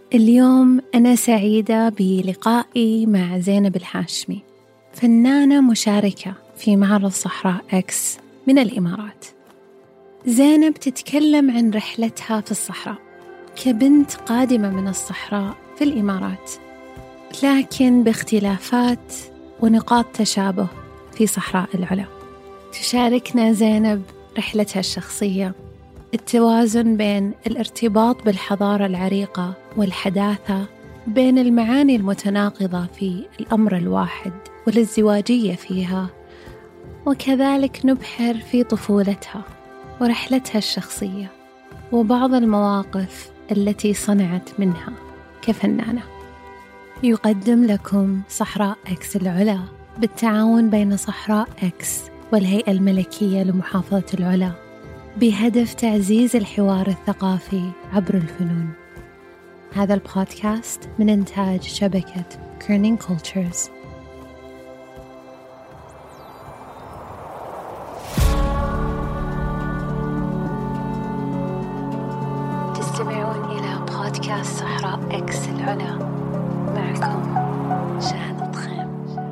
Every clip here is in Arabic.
اليوم أنا سعيدة بلقائي مع زينب الهاشمي، فنانة مشاركة في معرض صحراء إكس من الإمارات. زينب تتكلم عن رحلتها في الصحراء كبنت قادمة من الصحراء في الإمارات، لكن باختلافات ونقاط تشابه في صحراء العلا. تشاركنا زينب رحلتها الشخصية، التوازن بين الارتباط بالحضارة العريقة والحداثة، بين المعاني المتناقضة في الأمر الواحد والازدواجية فيها، وكذلك نبحر في طفولتها ورحلتها الشخصية وبعض المواقف التي صنعت منها كفنانة. يقدم لكم صحراء إكس العلا بالتعاون بين صحراء إكس والهيئة الملكية لمحافظة العلا، بهدف تعزيز الحوار الثقافي عبر الفنون. هذا البودكاست من إنتاج شبكة كيرنينج كولتشرز. تستمعون إلى بودكاست صحراء إكس العلا، معكم شهد طخيم.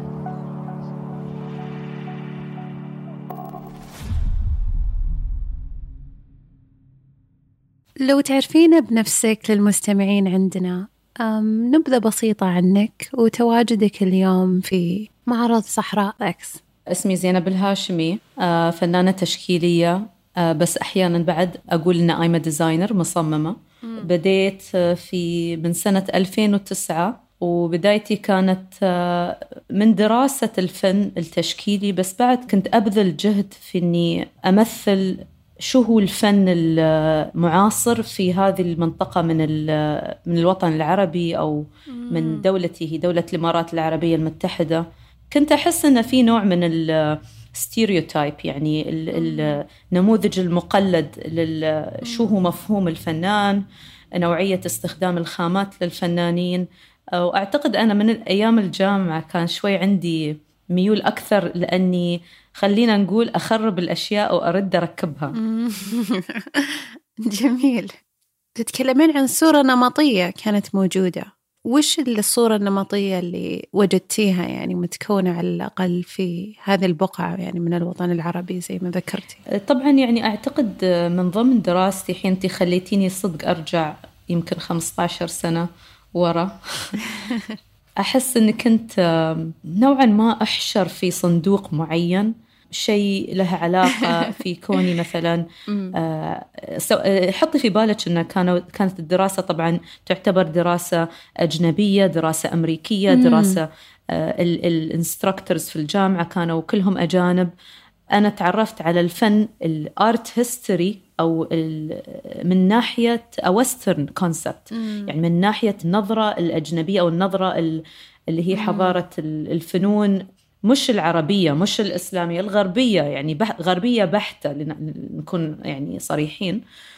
لو تعرفين بنفسك للمستمعين عندنا نبذة بسيطة عنك وتواجدك اليوم في معرض صحراء إكس. اسمي زينب الهاشمي، فنانة تشكيلية، بس أحياناً بعد أقول إن أيمة ديزاينر مصممة. بديت من سنة 2009، وبدايتي كانت من دراسة الفن التشكيلي، بس بعد كنت أبذل جهد في إني أمثل شو هو الفن المعاصر في هذه المنطقة من الوطن العربي، أو من دولتي هي دولة الإمارات العربية المتحدة. كنت أحس إن في نوع من الستيريوتايب، يعني النموذج المقلد شو هو مفهوم الفنان، نوعية استخدام الخامات للفنانين. وأعتقد أنا من أيام الجامعة كان شوي عندي ميول أكثر، لأني خلينا نقول أخرب الأشياء وأرد أركبها. جميل. تتكلمين عن صورة نمطية كانت موجودة. وش الصورة النمطية اللي وجدتيها، يعني متكونة على الأقل في هذه البقعة يعني من الوطن العربي زي ما ذكرتي؟ طبعا يعني أعتقد من ضمن دراستي، حين أنت خليتيني صدق أرجع يمكن 15 سنة ورا أحس أني كنت نوعا ما أحشر في صندوق معين، شيء له علاقة في كوني مثلا حطي في بالك أن كانت الدراسة طبعا تعتبر دراسة أجنبية، دراسة أمريكية، دراسة الانستراكتورز في الجامعة كانوا كلهم أجانب. أنا تعرفت على الفن الارت هيستوري، أو من ناحية ويسترن كونسبت، يعني من ناحية النظرة الأجنبية أو النظرة اللي هي حضارة الفنون، مش العربية مش الإسلامية، الغربية، يعني غربية بحتة نكون يعني صريحين.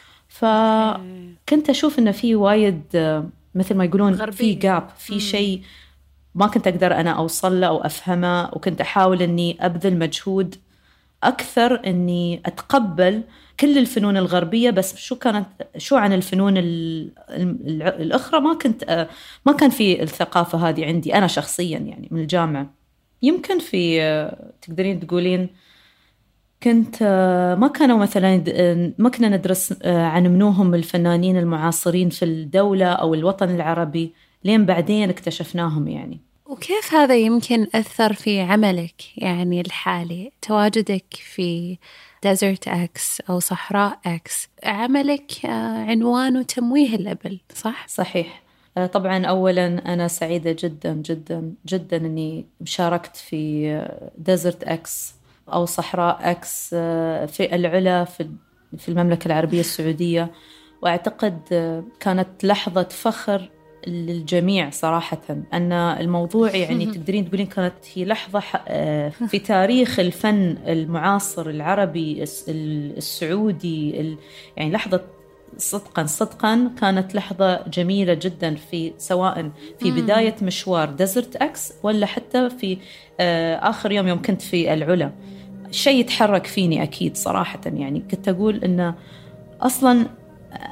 فكنت أشوف إن في وايد مثل ما يقولون في جاب، في شيء ما كنت أقدر أنا أوصل له أو أفهمه، وكنت أحاول أني أبذل مجهود أكثر أني أتقبل كل الفنون الغربية، بس شو عن الفنون الأخرى ما كان في الثقافة هذه عندي أنا شخصيا، يعني من الجامعة. يمكن في تقدرين تقولين كنت ما كانوا مثلا ما كنا ندرس عن منوهم الفنانين المعاصرين في الدولة أو الوطن العربي، لين بعدين اكتشفناهم يعني. وكيف هذا يمكن أثر في عملك يعني الحالي، تواجدك في ديزرت إكس أو صحراء إكس؟ عملك عنوانه تمويه الإبل، صح؟ صحيح. طبعا أولا أنا سعيدة جدا جدا جدا أني شاركت في ديزرت إكس أو صحراء إكس في العلا في المملكة العربية السعودية، وأعتقد كانت لحظة فخر للجميع صراحة. أن الموضوع يعني تقدرين تقولين كانت هي لحظة في تاريخ الفن المعاصر العربي السعودي، يعني لحظة صدقا كانت لحظة جميلة جدا، سواء في بداية مشوار ديزرت إكس ولا حتى في آخر يوم كنت في العلا. شيء يتحرك فيني أكيد صراحة، يعني كنت أقول إنه أصلا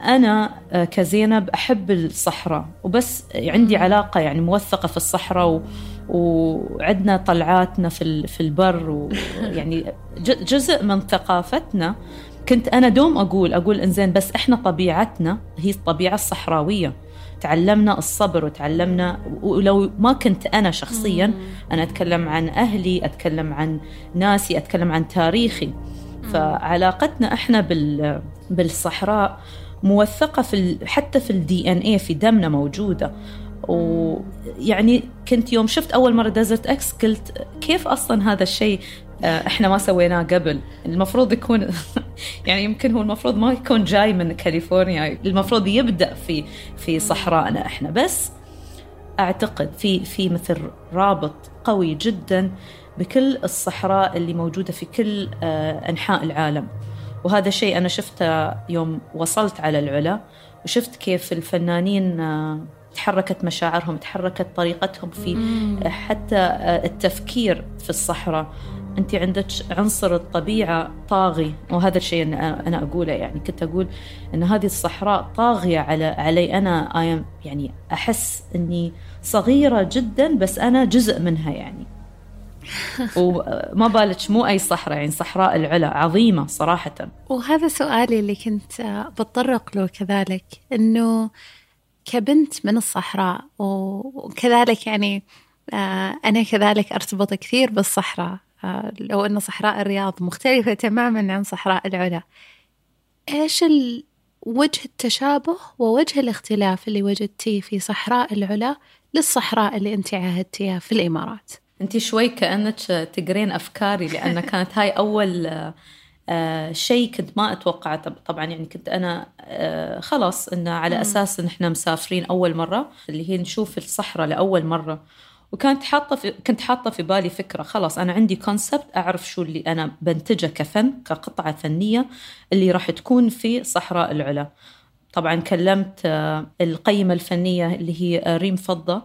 أنا كزينب أحب الصحراء، وبس عندي علاقة يعني موثقة في الصحراء، وعندنا طلعاتنا في البر، ويعني جزء من ثقافتنا. كنت أنا دوم أقول إنزين بس إحنا طبيعتنا هي الطبيعة الصحراوية، تعلمنا الصبر وتعلمنا. ولو ما كنت أنا شخصيا، أنا أتكلم عن أهلي، أتكلم عن ناسي، أتكلم عن تاريخي. فعلاقتنا إحنا بالصحراء موثقة حتى في الDNA، في دمنا موجودة. ويعني كنت يوم شفت أول مرة ديزرت إكس قلت كيف أصلا هذا الشيء إحنا ما سويناه قبل؟ المفروض يكون يعني يمكن هو المفروض ما يكون جاي من كاليفورنيا، المفروض يبدأ في صحراءنا إحنا. بس أعتقد في مثل رابط قوي جدا بكل الصحراء اللي موجودة في كل أنحاء العالم. وهذا شيء أنا شفته يوم وصلت على العلا، وشفت كيف الفنانين تحركت مشاعرهم، تحركت طريقتهم في حتى التفكير في الصحراء. أنت عندك عنصر الطبيعة طاغي، وهذا الشيء أنا أقوله. يعني كنت أقول أن هذه الصحراء طاغية علي أنا، يعني أحس أني صغيرة جدا بس أنا جزء منها يعني. وما بالك مو أي صحراء، يعني صحراء العلا عظيمة صراحة. وهذا سؤالي اللي كنت بتطرق له كذلك، أنه كبنت من الصحراء، وكذلك يعني أنا كذلك أرتبط كثير بالصحراء، لو أن صحراء الرياض مختلفة تماما عن صحراء العلا. إيش وجه التشابه ووجه الاختلاف اللي وجدتيه في صحراء العلا للصحراء اللي أنت عاهدتيها في الإمارات؟ أنت شوي كأنك تقرين أفكاري، لأن كانت هاي أول شيء كنت ما أتوقع. طبعا يعني كنت أنا خلاص إنه على أساس إن إحنا مسافرين أول مرة، اللي هي نشوف الصحراء لأول مرة. وكنت حاطة في بالي فكرة، خلاص أنا عندي كونسبت، أعرف شو اللي أنا بنتجه كقطعة فنية اللي راح تكون في صحراء العلا. طبعا كلمت القيمة الفنية اللي هي ريم فضة،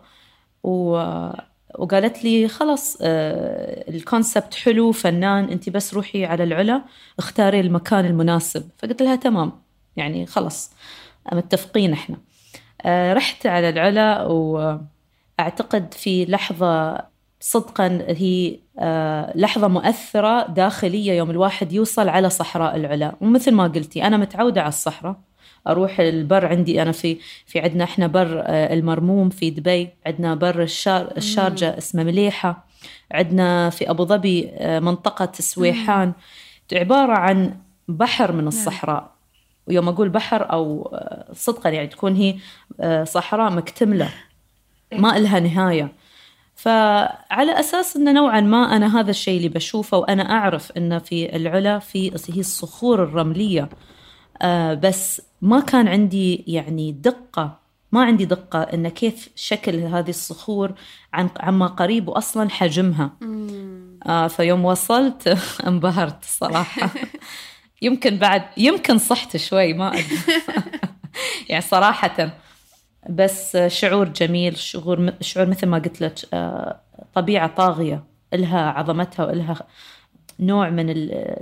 وقالت لي خلاص الكونسبت حلو فنان، انت بس روحي على العلا اختاري المكان المناسب. فقلت لها تمام، يعني خلاص متفقين احنا. رحت على العلا، واعتقد في لحظة صدقا هي لحظة مؤثرة داخلية يوم الواحد يوصل على صحراء العلا. ومثل ما قلتي أنا متعودة على الصحراء، أروح البر. عندي أنا في عندنا إحنا بر المرموم في دبي، عندنا بر الشارجة اسمه مليحة، عندنا في أبو ظبي منطقة سويحان، عبارة عن بحر من الصحراء. ويوم أقول بحر أو صدقا يعني تكون هي صحراء مكتملة ما إلها نهاية. فعلى أساس أن نوعا ما أنا هذا الشيء اللي بشوفه، وأنا أعرف أن في العلا هي الصخور الرملية، بس ما كان عندي يعني دقة، ما عندي دقة إن كيف شكل هذه الصخور عما قريب، وأصلا حجمها. فيوم وصلت انبهرت صراحة. يمكن صحت شوي ما أدري. يعني صراحة بس شعور جميل، شعور مثل ما قلت لك، طبيعة طاغية إلها عظمتها وإلها نوع من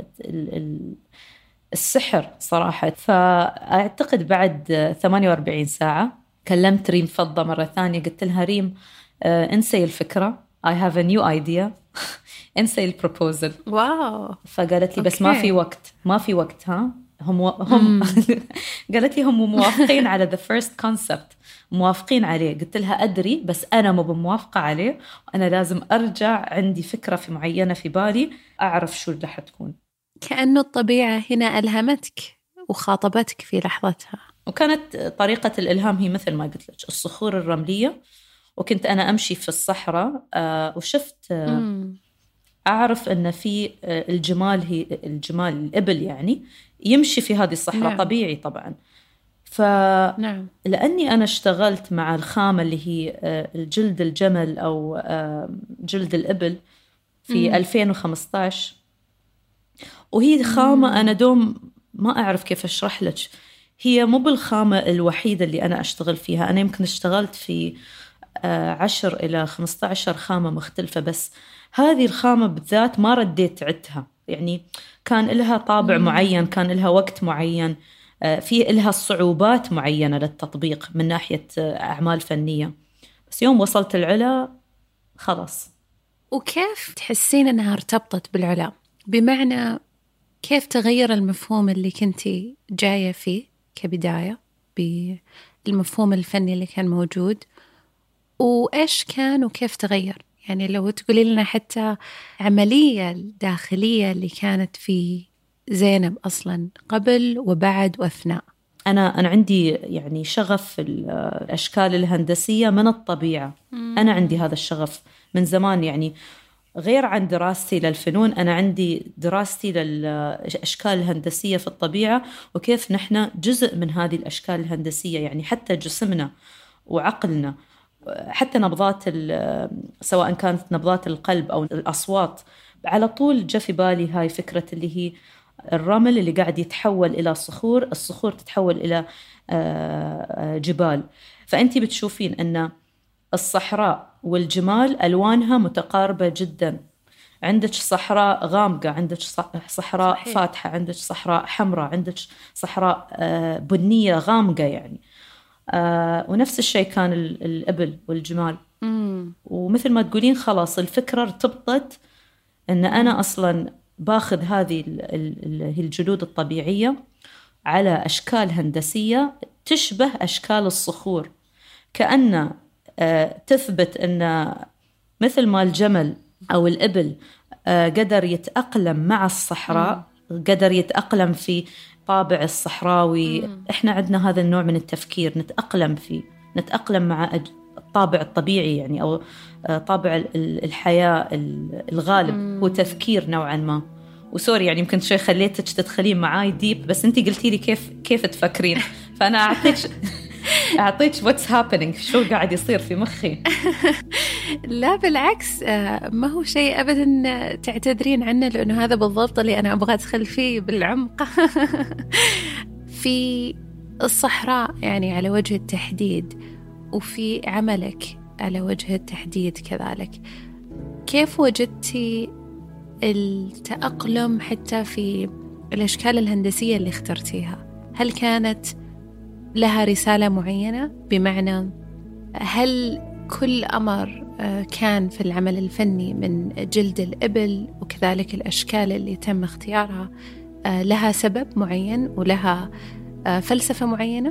السحر صراحة. فأعتقد بعد 48 ساعة كلمت ريم فضة مرة ثانية، قلت لها ريم انسي الفكرة، I have a new idea. انسي البروبوزل. واو. فقالت لي بس ما في وقت ها هم قالت لي هم موافقين على the first concept، موافقين عليه. قلت لها أدري بس أنا مو بموافقة عليه، وأنا لازم أرجع عندي فكرة في معينة في بالي أعرف شو اللي حتكون. كأنه الطبيعة هنا ألهمتك وخاطبتك في لحظتها. وكانت طريقة الإلهام هي مثل ما قلت لك الصخور الرملية. وكنت أنا أمشي في الصحراء وشفت أعرف أن في الجمال الإبل يعني يمشي في هذه الصحراء. نعم. طبيعي طبعا. نعم. لأني أنا اشتغلت مع الخامة اللي هي الجلد الجمل أو جلد الإبل في 2015، وهي خامة أنا دوم ما أعرف كيف أشرح لك. هي مو بالخامة الوحيدة اللي أنا أشتغل فيها، أنا يمكن اشتغلت في 10 إلى 15 خامة مختلفة، بس هذه الخامة بالذات ما رديت عدتها. يعني كان لها طابع معين، كان لها وقت معين. في إلها صعوبات معينة للتطبيق من ناحية أعمال فنية، بس يوم وصلت العلا خلاص. وكيف تحسين أنها ارتبطت بالعلا؟ بمعنى كيف تغير المفهوم اللي كنتي جاية فيه كبداية بالمفهوم الفني اللي كان موجود، وإيش كان وكيف تغير؟ يعني لو تقولي لنا حتى عملية الداخلية اللي كانت في زينب أصلا قبل وبعد وأثناء. أنا عندي يعني شغف الأشكال الهندسية من الطبيعة. أنا عندي هذا الشغف من زمان، يعني غير عن دراستي للفنون، أنا عندي دراستي للأشكال الهندسية في الطبيعة، وكيف نحن جزء من هذه الأشكال الهندسية، يعني حتى جسمنا وعقلنا، حتى نبضات سواء كانت نبضات القلب أو الأصوات. على طول جاء في بالي هاي فكرة اللي هي الرمل اللي قاعد يتحول إلى صخور، الصخور تتحول إلى جبال. فأنتي بتشوفين أن الصحراء والجمال ألوانها متقاربة جدا. عندك صحراء غامقة، عندك صحراء صحيح. فاتحة، عندك صحراء حمراء، عندك صحراء بنية غامقة يعني. ونفس الشيء كان الإبل والجمال. ومثل ما تقولين خلاص الفكرة ارتبطت أن أنا أصلا باخذ هذه الجلود الطبيعية على أشكال هندسية تشبه أشكال الصخور، كأن تثبت أن مثل ما الجمل أو الإبل قدر يتأقلم مع الصحراء، قدر يتأقلم في طابع الصحراوي. إحنا عندنا هذا النوع من التفكير نتأقلم فيه، نتأقلم مع الطابع الطبيعي يعني، أو طابع الحياة الغالب هو تذكير نوعا ما. وسوري يعني يمكن شوي خليتك تدخلين معاي ديب، بس أنتي قلتي لي كيف تفكرين، فأنا أعطيك what's happening، شو قاعد يصير في مخي. لا بالعكس، ما هو شيء أبدا تعتذرين عنه، لأنه هذا بالضبط اللي أنا أبغى أدخل فيه بالعمق. في الصحراء يعني على وجه التحديد، وفي عملك على وجه التحديد كذلك، كيف وجدتي التأقلم حتى في الأشكال الهندسية اللي اخترتيها؟ هل كانت لها رسالة معينة؟ بمعنى هل كل أمر كان في العمل الفني من جلد الإبل وكذلك الأشكال اللي تم اختيارها لها سبب معين ولها فلسفة معينة؟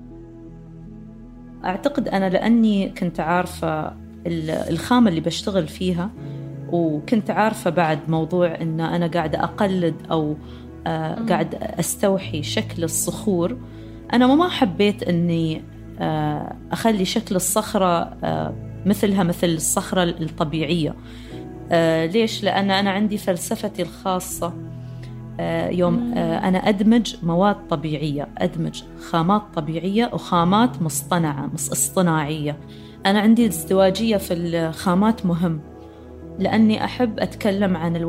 أعتقد أنا لأني كنت عارفة الخامة اللي بشتغل فيها، وكنت عارفة بعد موضوع أن أنا قاعدة أقلد أو قاعد أستوحي شكل الصخور. أنا ما حبيت أني أخلي شكل الصخرة مثلها مثل الصخرة الطبيعية. ليش؟ لأن أنا عندي فلسفتي الخاصة. يوم أنا أدمج مواد طبيعية، أدمج خامات طبيعية وخامات مصطنعة اصطناعية. أنا عندي ازدواجية في الخامات مهم، لأني أحب أتكلم عن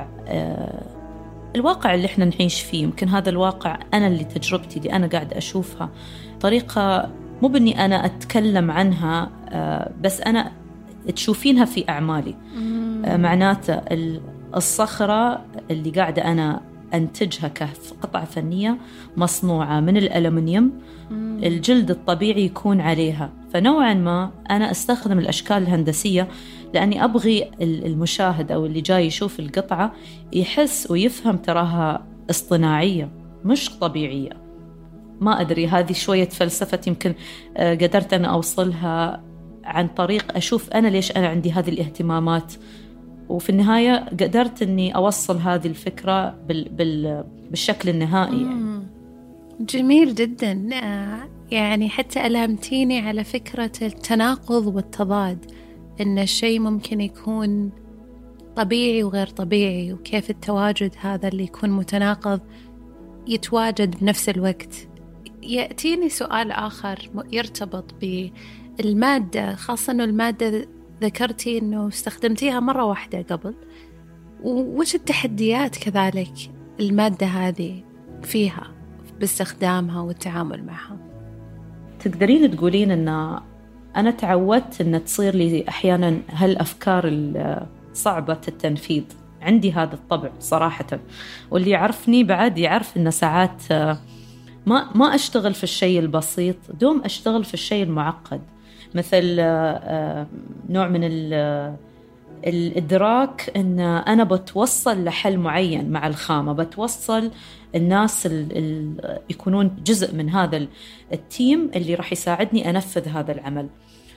الواقع اللي احنا نعيش فيه. يمكن هذا الواقع أنا اللي تجربتي اللي أنا قاعد أشوفها طريقة مو بني أنا أتكلم عنها بس أنا تشوفينها في أعمالي. معناته الصخرة اللي قاعدة أنا أنتجها كقطعة فنية مصنوعة من الألمنيوم، الجلد الطبيعي يكون عليها. فنوعا ما أنا أستخدم الأشكال الهندسية لأني أبغي المشاهد أو اللي جاي يشوف القطعة يحس ويفهم تراها اصطناعية مش طبيعية. ما أدري، هذه شوية فلسفة يمكن قدرت أنا أوصلها عن طريق أشوف أنا ليش أنا عندي هذه الاهتمامات، وفي النهاية قدرت أني أوصل هذه الفكرة بالشكل النهائي يعني. جميل جدا. يعني حتى ألهمتيني على فكرة التناقض والتضاد، إن الشيء ممكن يكون طبيعي وغير طبيعي، وكيف التواجد هذا اللي يكون متناقض يتواجد بنفس الوقت. يأتيني سؤال آخر يرتبط بالمادة، خاصة أنه المادة ذكرتي أنه استخدمتيها مرة واحدة قبل، وش التحديات كذلك المادة هذه فيها باستخدامها والتعامل معها؟ تقدرين تقولين أن أنا تعودت أن تصير لي أحيانا هالأفكار صعبة التنفيذ. عندي هذا الطبع صراحة، واللي يعرفني بعد يعرف أن ساعات ما أشتغل في الشيء البسيط، دوم أشتغل في الشيء المعقد، مثل نوع من الإدراك أن أنا بتوصل لحل معين مع الخامة، بتوصل الناس يكونون جزء من هذا التيم اللي راح يساعدني أنفذ هذا العمل.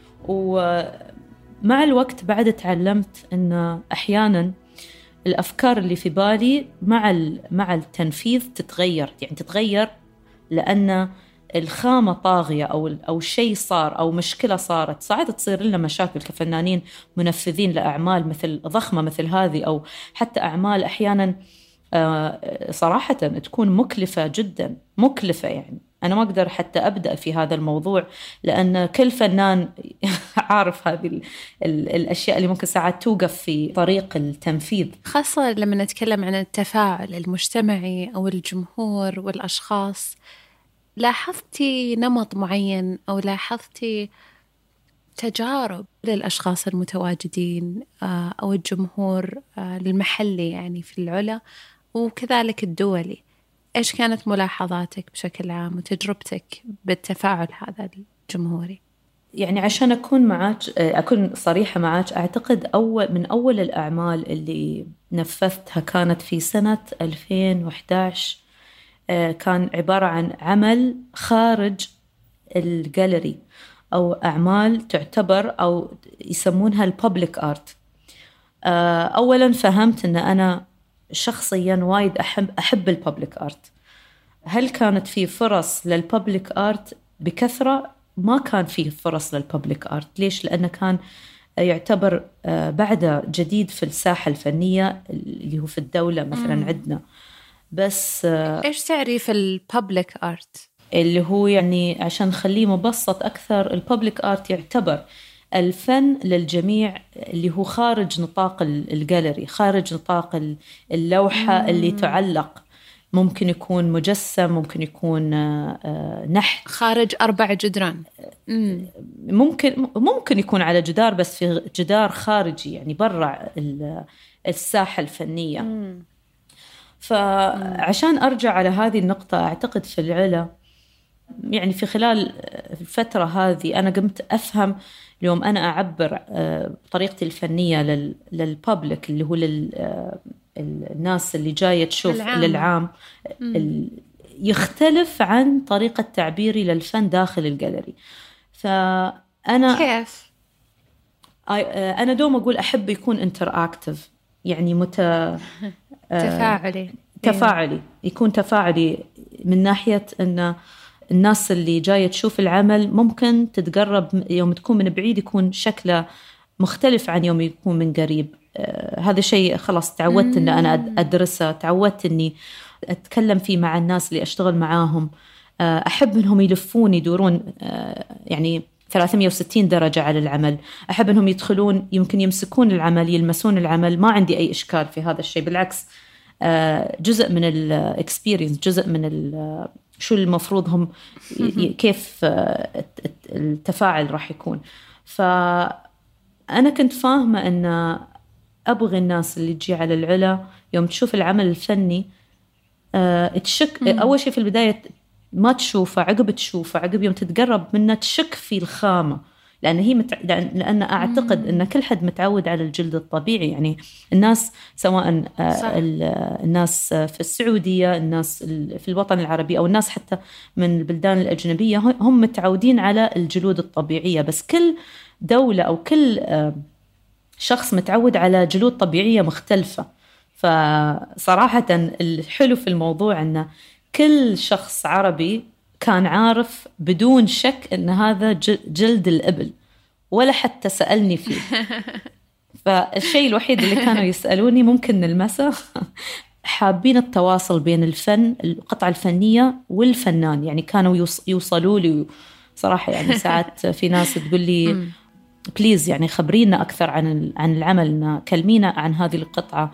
ومع الوقت بعد تعلمت أن أحياناً الأفكار اللي في بالي مع التنفيذ تتغير لأن الخامة طاغية أو شيء صار أو مشكلة صارت. ساعات تصير لنا مشاكل كفنانين منفذين لأعمال مثل ضخمة مثل هذه، أو حتى أعمال أحياناً صراحة تكون مكلفة جداً، مكلفة. يعني أنا ما أقدر حتى أبدأ في هذا الموضوع، لأن كل فنان عارف هذه الأشياء اللي ممكن ساعات توقف في طريق التنفيذ، خاصة لما نتكلم عن التفاعل المجتمعي أو الجمهور والأشخاص. لاحظتي نمط معين أو لاحظتي تجارب للأشخاص المتواجدين أو الجمهور المحلي يعني في العلا وكذلك الدولي؟ إيش كانت ملاحظاتك بشكل عام وتجربتك بالتفاعل هذا الجمهوري؟ يعني عشان أكون صريحة معاك، أعتقد من أول الأعمال اللي نفذتها كانت في سنة 2011. كان عبارة عن عمل خارج الجاليري، أو أعمال تعتبر أو يسمونها الببليك آرت. أولاً فهمت أن أنا شخصياً وايد أحب الببليك آرت. هل كانت في فرص للببليك آرت بكثرة؟ ما كان فيه فرص للببليك آرت. ليش؟ لأنه كان يعتبر بعد جديد في الساحة الفنية اللي هو في الدولة مثلاً عندنا. بس إيش تعريف الببليك آرت؟ اللي هو يعني عشان نخليه مبسط أكثر، الببليك آرت يعتبر الفن للجميع اللي هو خارج نطاق الجاليري، خارج نطاق اللوحة اللي تعلق. ممكن يكون مجسم، ممكن يكون نحت خارج 4 جدران. ممكن يكون على جدار، بس في جدار خارجي يعني برا الساحة الفنية. فعشان أرجع على هذه النقطة، أعتقد في العلا يعني في خلال الفترة هذه أنا قمت أفهم اليوم أنا أعبر بطريقتي الفنية للبابليك اللي هو الناس اللي جاية تشوف للعام، يختلف عن طريقة تعبيري للفن داخل الجاليري. فأنا كيف؟ أنا دوم أقول أحب يكون انتراكتيف، يعني تفاعلي، يكون تفاعلي من ناحية أن الناس اللي جاية تشوف العمل ممكن تتقرب يوم تكون من بعيد يكون شكله مختلف عن يوم يكون من قريب. هذا شيء خلاص تعودت أن أنا أدرسه، تعودت أني أتكلم فيه مع الناس اللي أشتغل معاهم. أحب أنهم يلفون يدورون يعني 360 درجة على العمل. أحب أنهم يدخلون يمكن يمسكون العمل، يلمسون العمل. ما عندي أي إشكال في هذا الشيء، بالعكس جزء من الإكسبيرينس، جزء من شو المفروض هم كيف التفاعل راح يكون. فأنا كنت فاهمة أن أبغي الناس اللي تجي على العلا يوم تشوف العمل الفني تشك. أول شيء في البداية ما تشوفه، عقب تشوفه، عقب يوم تتقرب منه تشك في الخامة، لأن أعتقد أن كل حد متعود على الجلد الطبيعي. يعني الناس سواء الناس في السعودية، الناس في الوطن العربي، أو الناس حتى من البلدان الأجنبية، هم متعودين على الجلود الطبيعية. بس كل دولة أو كل شخص متعود على جلود طبيعية مختلفة. فصراحة الحلو في الموضوع أن كل شخص عربي كان عارف بدون شك أن هذا جلد الإبل، ولا حتى سألني فيه. فالشيء الوحيد اللي كانوا يسألوني ممكن نلمسه، حابين التواصل بين الفن، القطعة الفنية والفنان. يعني كانوا يوصلوا لي صراحة. يعني ساعات في ناس تقول لي بليز يعني خبرينا أكثر عن العمل، كلمينا عن هذه القطعة.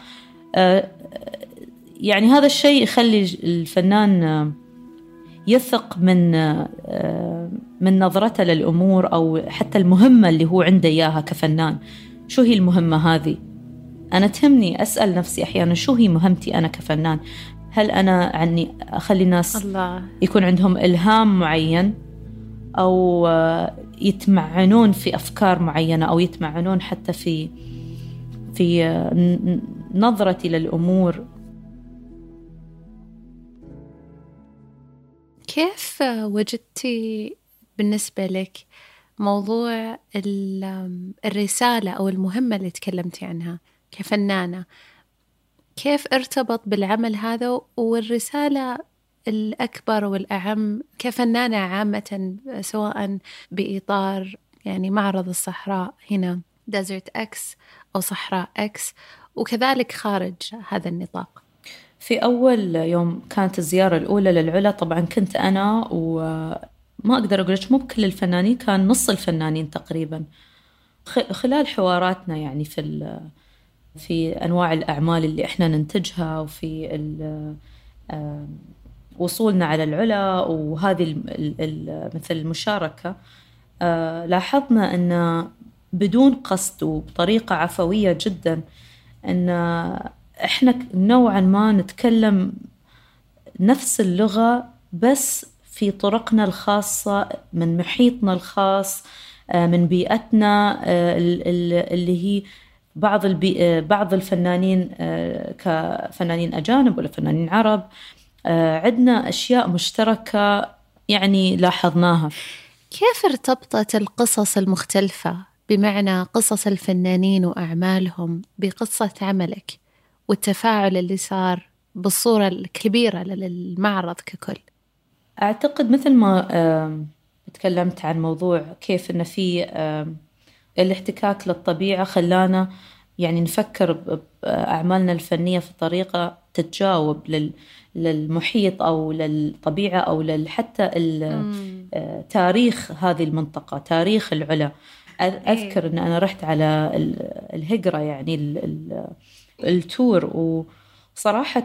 يعني هذا الشيء يخلي الفنان يثق من نظرته للأمور، أو حتى المهمة اللي هو عنده إياها كفنان. شو هي المهمة هذه؟ أنا تهمني أسأل نفسي أحيانا شو هي مهمتي أنا كفنان؟ هل أنا عني أخلي الناس الله. يكون عندهم إلهام معين، أو يتمعنون في أفكار معينة، أو يتمعنون حتى في نظرتي للأمور. كيف وجدتي بالنسبة لك موضوع الرسالة أو المهمة اللي تكلمتي عنها كفنانة، كيف ارتبط بالعمل هذا والرسالة الأكبر والأعم كفنانة عامة، سواء بإطار يعني معرض الصحراء هنا ديزرت إكس أو صحراء إكس، وكذلك خارج هذا النطاق؟ في أول يوم كانت الزيارة الأولى للعلا، طبعا كنت أنا وما أقدر أقول لك مو بكل الفنانين، كان نص الفنانين تقريبا. خلال حواراتنا يعني في أنواع الأعمال اللي إحنا ننتجها، وفي وصولنا على العلا، وهذه مثل المشاركة، لاحظنا أن بدون قصد وبطريقة عفوية جدا أن إحنا نوعا ما نتكلم نفس اللغة، بس في طرقنا الخاصة، من محيطنا الخاص، من بيئتنا، اللي هي بعض الفنانين كفنانين أجانب ولا فنانين عرب، عندنا أشياء مشتركة يعني لاحظناها. كيف ارتبطت القصص المختلفة، بمعنى قصص الفنانين وأعمالهم، بقصة عملك والتفاعل اللي صار بالصورة الكبيرة للمعرض ككل؟ أعتقد مثل ما تكلمت عن موضوع كيف أن في الاحتكاك للطبيعة خلانا يعني نفكر بأعمالنا الفنية في طريقة تتجاوب للمحيط أو للطبيعة أو حتى تاريخ هذه المنطقة، تاريخ العلا. أذكر أن أنا رحت على الهجرة يعني التور، وصراحة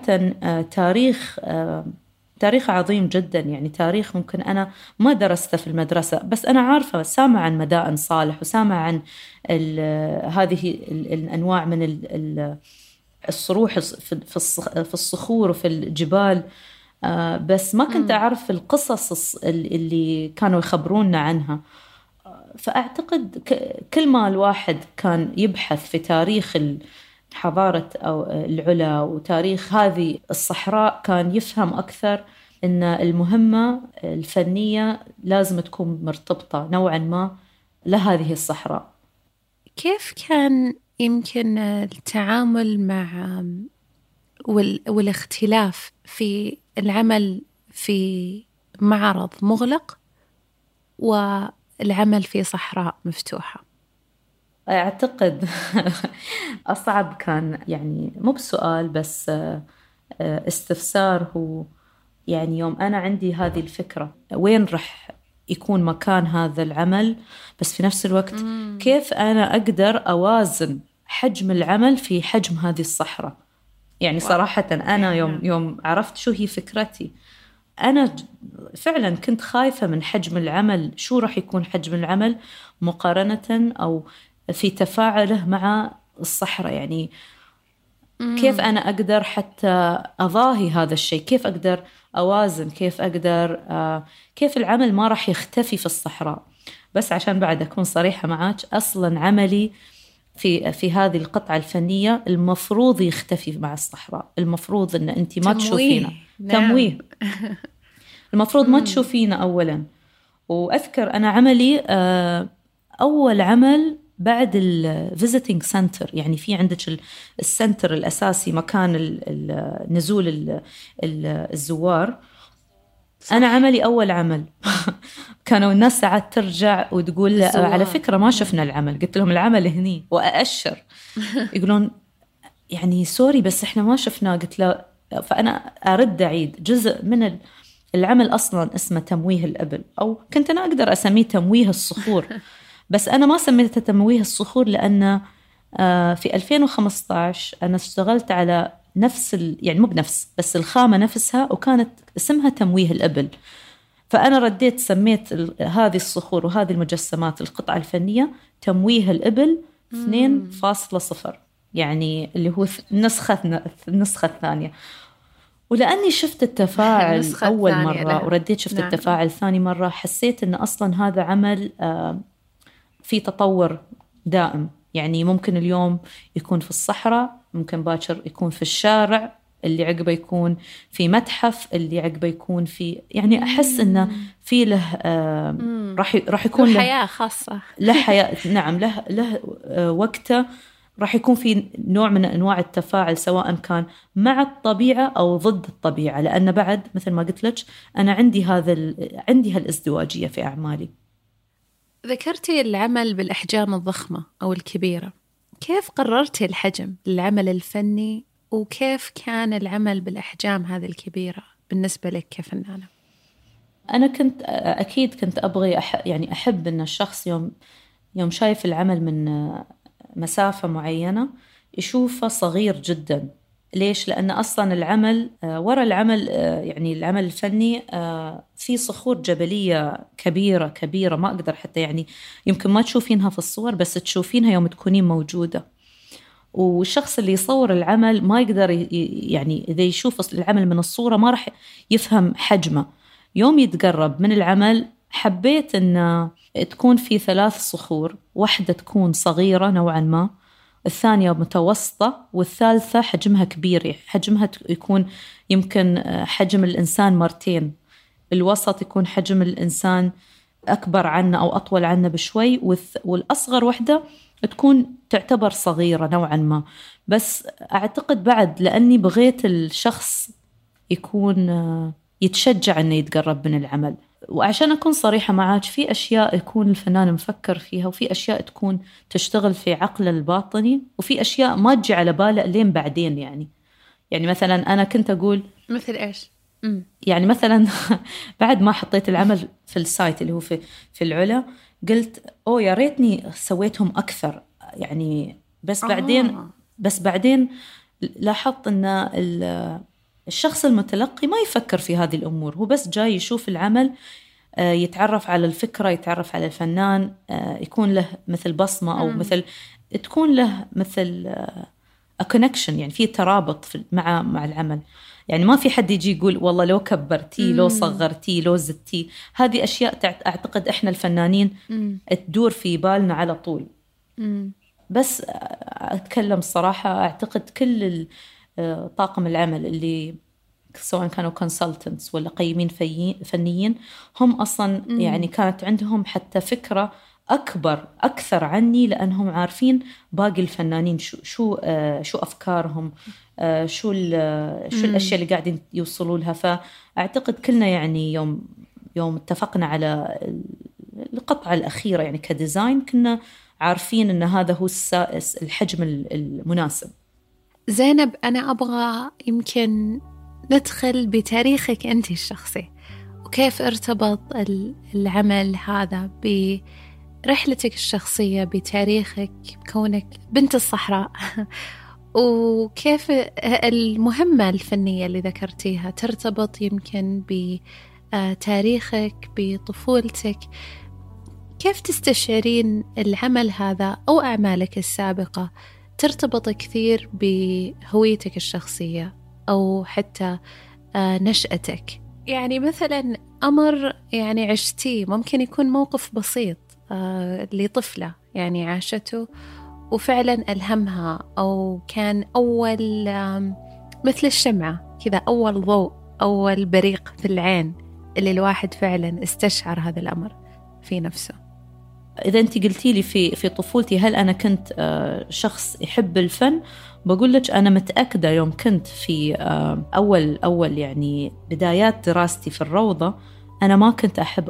تاريخ عظيم جدا، يعني تاريخ ممكن أنا ما درسته في المدرسة، بس أنا عارفة، سامع عن مدائن صالح، وسامع عن هذه الأنواع من الصروح في الصخور وفي الجبال، بس ما كنت أعرف القصص اللي كانوا يخبرونا عنها. فأعتقد كل ما الواحد كان يبحث في تاريخ حضارة أو العلا وتاريخ هذه الصحراء، كان يفهم أكثر أن المهمة الفنية لازم تكون مرتبطة نوعا ما لهذه الصحراء. كيف كان يمكن التعامل مع والاختلاف في العمل في معرض مغلق والعمل في صحراء مفتوحة؟ أعتقد أصعب كان يعني مو بسؤال بس استفسار، هو يعني يوم أنا عندي هذه الفكرة وين رح يكون مكان هذا العمل، بس في نفس الوقت كيف أنا أقدر أوازن حجم العمل في حجم هذه الصحراء. يعني صراحة أنا يوم عرفت شو هي فكرتي، أنا فعلا كنت خايفة من حجم العمل، شو رح يكون حجم العمل مقارنة أو في تفاعله مع الصحراء. يعني كيف أنا أقدر حتى أضاهي هذا الشيء، كيف أقدر أوازن، كيف أقدر كيف العمل ما راح يختفي في الصحراء. بس عشان بعد أكون صريحة معاك، أصلا عملي في هذه القطعة الفنية المفروض يختفي مع الصحراء، المفروض أن أنت ما تشوفينا. تمويه. المفروض ما تشوفينا أولا. وأذكر أنا عملي أول عمل بعد الفيزيتنج سنتر، يعني في عندك السنتر الأساسي مكان نزول الزوار. صح. أنا عملي أول عمل كانوا الناس ساعات ترجع وتقول على فكرة ما شفنا العمل، قلت لهم العمل هني وأأشر يقولون يعني سوري بس إحنا ما شفناه، قلت له فأنا أرد أعيد جزء من العمل أصلا اسمه تمويه الإبل، أو كنت أنا أقدر أسميه تمويه الصخور بس أنا ما سميته تمويه الصخور لأن في 2015 أنا اشتغلت على نفس يعني مو بنفس بس الخامة نفسها، وكانت اسمها تمويه الإبل. فأنا رديت سميت هذه الصخور وهذه المجسمات القطعة الفنية تمويه الإبل 2.0، يعني اللي هو النسخة الثانية. ولأني شفت التفاعل النسخة أول الثانية مرة لها. ورديت شفت نعم. التفاعل ثاني مرة، حسيت أن أصلا هذا عمل في تطور دائم. يعني ممكن اليوم يكون في الصحراء، ممكن باكر يكون في الشارع، اللي عقبه يكون في متحف، اللي عقبه يكون في، يعني أحس أنه في له راح يكون له حياة خاصة. له حياة. نعم، له وقته. راح يكون في نوع من أنواع التفاعل، سواء كان مع الطبيعة أو ضد الطبيعة، لأن بعد مثل ما قلت لك أنا عندي هالازدواجية في أعمالي. ذكرتي العمل بالأحجام الضخمة أو الكبيرة، كيف قررتي الحجم للعمل الفني، وكيف كان العمل بالأحجام هذه الكبيرة بالنسبة لك كفنانة؟ أنا كنت أبغي يعني أحب أن الشخص يوم شايف العمل من مسافة معينة يشوفه صغير جدا. ليش؟ لأن أصلا العمل وراء العمل، يعني العمل الفني في صخور جبلية كبيرة كبيرة، ما أقدر حتى يعني يمكن ما تشوفينها في الصور، بس تشوفينها يوم تكونين موجودة. والشخص اللي يصور العمل ما يقدر يعني إذا يشوف العمل من الصورة ما راح يفهم حجمه. يوم يتقرب من العمل حبيت أن تكون في 3 صخور، واحدة تكون صغيرة نوعا ما، الثانية متوسطة، والثالثة حجمها كبير، حجمها يكون يمكن حجم الإنسان مرتين، الوسط يكون حجم الإنسان أكبر عنه أو أطول عنه بشوي، والأصغر واحدة تكون تعتبر صغيرة نوعا ما. بس أعتقد بعد لأني بغيت الشخص يكون يتشجع أنه يتقرب من العمل. وعشان أكون صريحة معاك، في أشياء يكون الفنان مفكر فيها، وفي أشياء تكون تشتغل في عقله الباطني، وفي أشياء ما تجي على باله لين بعدين. يعني مثلا أنا كنت أقول مثل إيش؟ يعني مثلا بعد ما حطيت العمل في السايت اللي هو في العلا، قلت يا ريتني سويتهم أكثر يعني. بس بعدين لاحظت أن الشخص المتلقي ما يفكر في هذه الأمور، هو بس جاي يشوف العمل، يتعرف على الفكرة، يتعرف على الفنان، يكون له مثل بصمة، أو مثل تكون له مثل connection، يعني في ترابط مع العمل. يعني ما في حد يجي يقول والله لو كبرتيه، لو صغرتيه، لو زدتيه. هذه أشياء أعتقد إحنا الفنانين تدور في بالنا على طول. بس أتكلم الصراحة، أعتقد كل طاقم العمل اللي سواء كانوا consultants ولا قيمين فنيين، هم أصلا يعني كانت عندهم حتى فكرة أكثر عني، لأنهم عارفين باقي الفنانين شو أفكارهم، شو الأشياء اللي قاعدين يوصلوا لها. فأعتقد كلنا يعني يوم اتفقنا على القطعة الأخيرة يعني كديزاين، كنا عارفين أن هذا هو الحجم المناسب. زينب، أنا أبغى يمكن ندخل بتاريخك أنت الشخصي، وكيف ارتبط العمل هذا برحلتك الشخصية، بتاريخك كونك بنت الصحراء وكيف المهمة الفنية اللي ذكرتيها ترتبط يمكن بتاريخك، بطفولتك. كيف تستشعرين العمل هذا أو أعمالك السابقة ترتبط كثير بهويتك الشخصية أو حتى نشأتك؟ يعني مثلا أمر يعني عشتيه، ممكن يكون موقف بسيط لطفلة يعني عاشته وفعلا ألهمها، أو كان أول مثل الشمعة كذا، أول ضوء، أول بريق في العين اللي الواحد فعلا استشعر هذا الأمر في نفسه. إذا أنت قلتي لي في طفولتي هل أنا كنت شخص يحب الفن، بقول لك أنا متأكدة يوم كنت في أول يعني بدايات دراستي في الروضة، أنا ما كنت أحب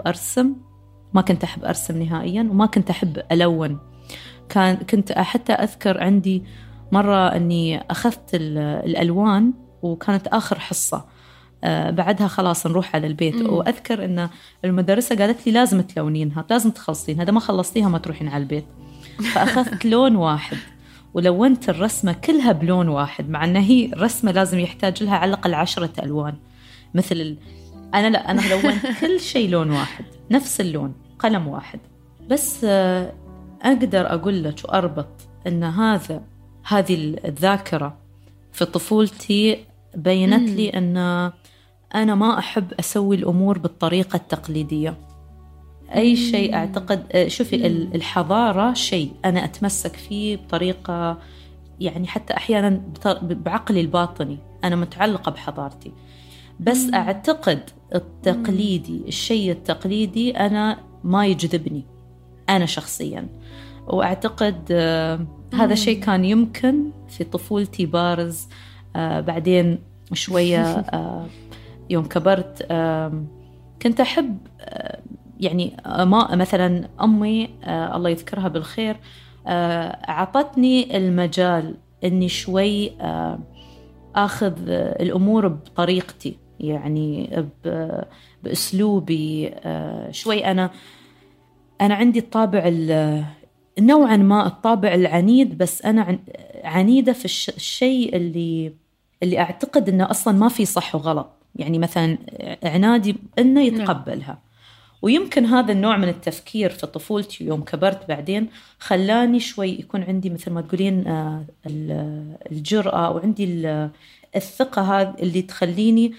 أرسم نهائيا، وما كنت أحب ألون. كنت حتى أذكر عندي مرة أني أخذت الألوان، وكانت آخر حصة، بعدها خلاص نروح على البيت، وأذكر أن المدرسة قالت لي لازم تلونينها، لازم تخلصين، هذا ما خلصتيها ما تروحين على البيت. فأخذت لون واحد ولونت الرسمة كلها بلون واحد، مع أنها هي رسمة لازم يحتاج لها على الأقل 10 ألوان مثل أنا لونت كل شيء لون واحد، نفس اللون، قلم واحد. بس أقدر أقول لك وأربط أن هذه الذاكرة في طفولتي بينت لي أن أنا ما أحب أسوي الأمور بالطريقة التقليدية. أي شيء أعتقد، شوفي الحضارة شيء أنا أتمسك فيه بطريقة، يعني حتى أحيانا بعقلي الباطني أنا متعلقة بحضارتي، بس أعتقد التقليدي، الشيء التقليدي أنا ما يجذبني أنا شخصيا. وأعتقد هذا الشيء كان يمكن في طفولتي بارز. بعدين شوية يوم كبرت كنت أحب يعني مثلا أمي الله يذكرها بالخير أعطتني المجال أني شوي أخذ الأمور بطريقتي، يعني بأسلوبي شوي. أنا عندي الطابع نوعا ما الطابع العنيد، بس أنا عنيدة في الشيء اللي أعتقد أنه أصلا ما في صح وغلط، يعني مثلا عنادي أنه يتقبلها. ويمكن هذا النوع من التفكير في طفولتي يوم كبرت بعدين خلاني شوي يكون عندي مثل ما تقولين الجرأة، وعندي الثقة هذه اللي تخليني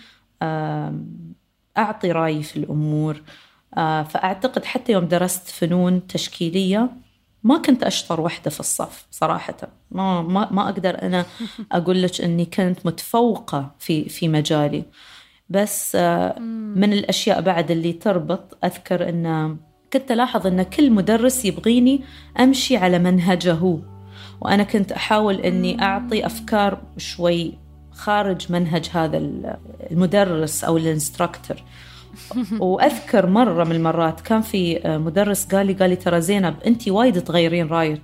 أعطي رأيي في الأمور. فأعتقد حتى يوم درست فنون تشكيلية ما كنت أشطر وحدة في الصف صراحة. ما أقدر أنا أقول لك أني كنت متفوقة في مجالي، بس من الأشياء بعد اللي تربط، أذكر أن كنت ألاحظ أن كل مدرس يبغيني أمشي على منهجه، وأنا كنت أحاول أني أعطي أفكار شوي خارج منهج هذا المدرس أو الانستراكتور. وأذكر مرة من المرات كان في مدرس قال لي ترى زينب أنتي وايد تغيرين رايك،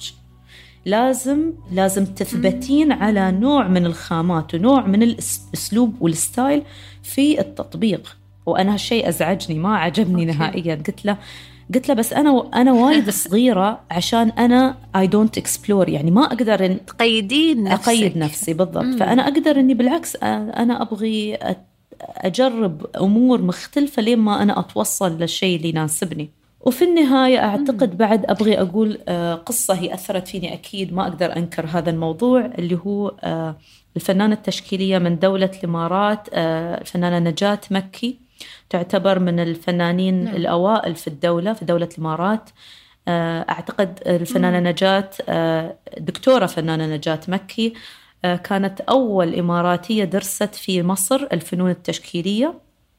لازم تثبتين على نوع من الخامات ونوع من الأسلوب والستايل في التطبيق. وأنا هالشيء أزعجني، ما عجبني نهائيا. قلت له بس أنا وايد صغيرة عشان أنا I don't explore، يعني ما أقدر أقيد نفسي بالضبط. فأنا أقدر أني بالعكس أنا أبغي أجرب أمور مختلفة لين ما أنا أتوصل للشيء اللي يناسبني. وفي النهاية أعتقد بعد أبغي أقول قصة هي أثرت فيني أكيد، ما أقدر أنكر هذا الموضوع، اللي هو الفنانة التشكيلية من دولة الإمارات، الفنانة نجاة مكي، تعتبر من الفنانين الأوائل في دولة الإمارات. أعتقد الفنانة نجاة، دكتورة فنانة نجاة مكي، كانت أول إماراتية درست في مصر الفنون التشكيلية.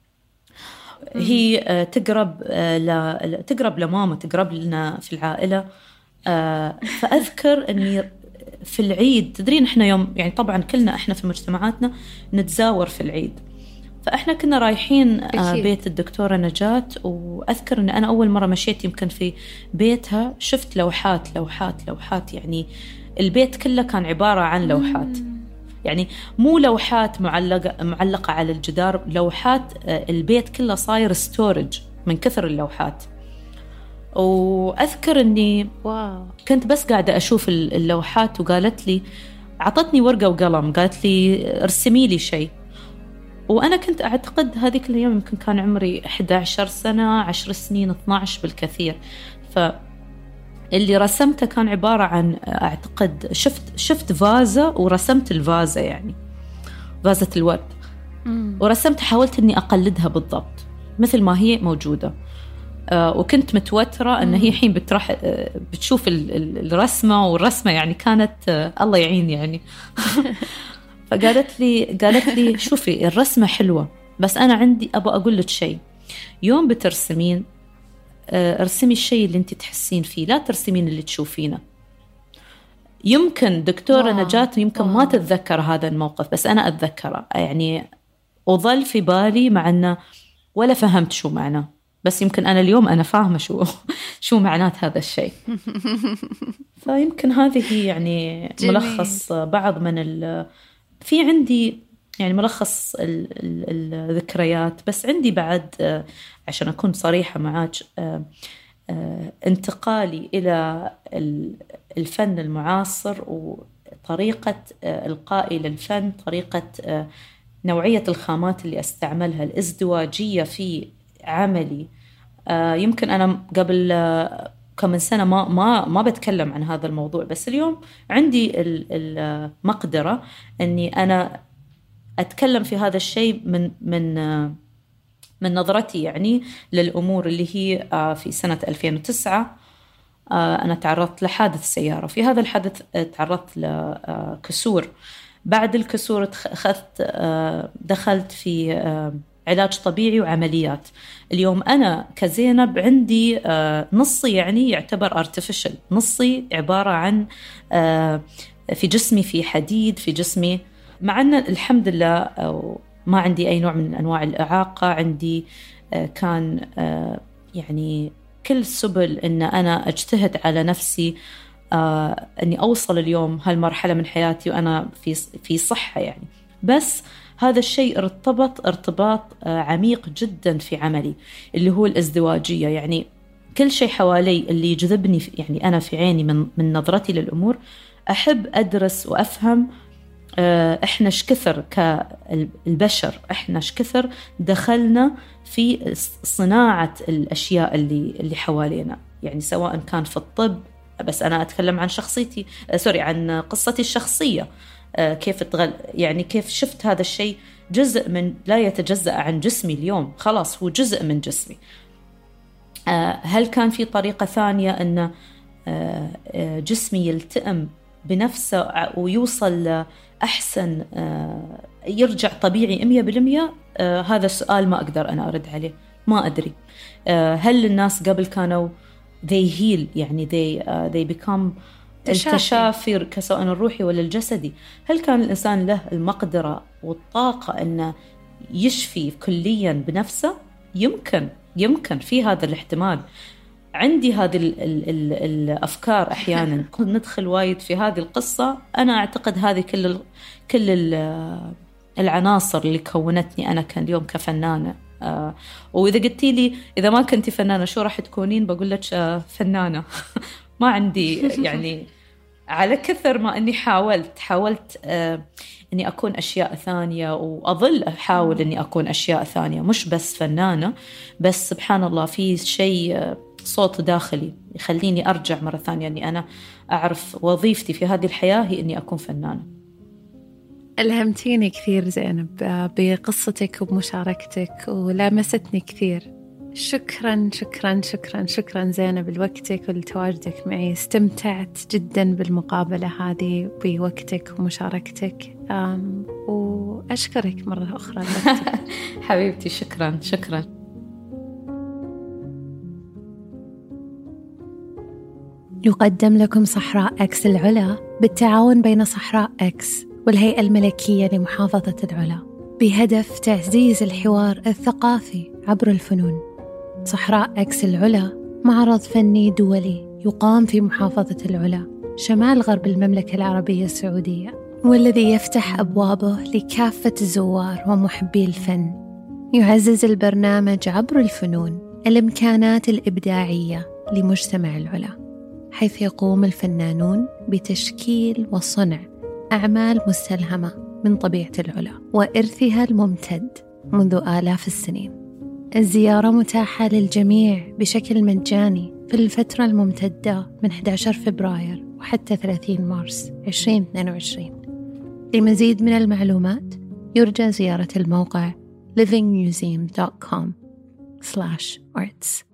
هي تقرب لماما، تقرب لنا في العائلة. فأذكر أني في العيد، تدرين إحنا يوم يعني طبعا كلنا إحنا في مجتمعاتنا نتزاور في العيد، فإحنا كنا رايحين بيت الدكتورة نجاة. وأذكر أن أنا أول مرة مشيت يمكن في بيتها شفت لوحات، يعني البيت كله كان عبارة عن لوحات، يعني مو لوحات معلقة على الجدار، لوحات البيت كله صاير ستورج من كثر اللوحات. وأذكر أني كنت بس قاعدة أشوف اللوحات، وقالت لي، عطتني ورقة وقلم، قالت لي ارسمي لي شيء. وأنا كنت أعتقد هذيك الأيام يمكن كان عمري 11 سنة 10 سنين 12 بالكثير. فاللي رسمته كان عبارة عن، أعتقد شفت فازة ورسمت الفازة، يعني فازة الورد، ورسمت، حاولت أني أقلدها بالضبط مثل ما هي موجودة. وكنت متوترة أن هي حين بتشوف الرسمة، والرسمة يعني كانت الله يعين يعني. فقالت لي شوفي الرسمة حلوة، بس أنا عندي أبغى أقول لك شيء، يوم بترسمين ارسمي الشيء اللي أنت تحسين فيه، لا ترسمين اللي تشوفينه. يمكن دكتورة نجاة يمكن ما تتذكر هذا الموقف، بس أنا أتذكره، يعني وظل في بالي، مع أنه ولا فهمت شو معناه، بس يمكن أنا اليوم أنا فاهمة شو معنات هذا الشيء. فيمكن هذه يعني ملخص بعض من في عندي يعني ملخص الذكريات. بس عندي بعد، عشان أكون صريحة معاك، انتقالي إلى الفن المعاصر وطريقة إلقائي للفن، طريقة نوعية الخامات اللي أستعملها، الازدواجية في عملي. يمكن أنا قبل كم من سنة ما بتكلم عن هذا الموضوع، بس اليوم عندي المقدرة أني أنا أتكلم في هذا الشيء من نظرتي يعني للأمور، اللي هي في سنة 2009 أنا تعرضت لحادث سيارة. في هذا الحادث تعرضت لكسور. بعد الكسور دخلت في علاج طبيعي وعمليات. اليوم أنا كزينب عندي نصي يعني يعتبر artificial، نصي عبارة عن في جسمي في حديد في جسمي، مع أن الحمد لله ما عندي أي نوع من أنواع الإعاقة. عندي كان يعني كل السبل أن أنا أجتهد على نفسي أني أوصل اليوم هالمرحلة من حياتي وأنا في صحة يعني. بس هذا الشيء ارتباط عميق جدا في عملي، اللي هو الازدواجية. يعني كل شيء حوالي اللي يجذبني، يعني أنا في عيني من نظرتي للأمور أحب أدرس وأفهم إحنا شكثر كالبشر، إحنا شكثر دخلنا في صناعة الأشياء اللي حوالينا، يعني سواء كان في الطب. بس أنا أتكلم عن شخصيتي، عن قصتي الشخصية. يعني كيف شفت هذا الشيء جزء من لا يتجزأ عن جسمي اليوم، خلاص هو جزء من جسمي. هل كان في طريقة ثانية أن جسمي يلتئم بنفسه ويوصل أحسن، يرجع طبيعي 100%؟ هذا السؤال ما أقدر أنا أرد عليه، ما أدري. هل الناس قبل كانوا they heal، يعني they become التشافي كسواء الروحي ولا الجسدي؟ هل كان الإنسان له المقدرة والطاقة أنه يشفي كليا بنفسه؟ يمكن في هذا الاحتمال. عندي هذه الأفكار أحيانا كنت ندخل وايد في هذه القصة. أنا أعتقد هذه كل العناصر اللي كونتني أنا كان اليوم كفنانة. وإذا قلتي لي إذا ما كنتي فنانة شو راح تكونين، بقول لك فنانة. ما عندي يعني، على كثر ما أني حاولت أني أكون أشياء ثانية، وأظل أحاول أني أكون أشياء ثانية، مش بس فنانة. بس سبحان الله في شيء صوت داخلي يخليني أرجع مرة ثانية أني أنا أعرف وظيفتي في هذه الحياة هي أني أكون فنانة. ألهمتيني كثير زينب بقصتك وبمشاركتك، ولامستني كثير. شكرا شكرا شكرا شكرا زينب لوقتك ولتواجدك معي. استمتعت جدا بالمقابلة هذه بوقتك ومشاركتك، وأشكرك مرة أخرى. حبيبتي شكرا. يقدم لكم صحراء أكس العلا بالتعاون بين صحراء أكس والهيئة الملكية لمحافظة العلا، بهدف تعزيز الحوار الثقافي عبر الفنون. صحراء أكس العلا معرض فني دولي يقام في محافظة العلا شمال غرب المملكة العربية السعودية، والذي يفتح أبوابه لكافة الزوار ومحبي الفن. يعزز البرنامج عبر الفنون الإمكانات الإبداعية لمجتمع العلا، حيث يقوم الفنانون بتشكيل وصنع أعمال مستلهمة من طبيعة العلا وإرثها الممتد منذ آلاف السنين. الزيارة متاحة للجميع بشكل مجاني في الفترة الممتدة من 11 فبراير وحتى 30 مارس 2022. لمزيد من المعلومات يرجى زيارة الموقع livingmuseum.com/arts.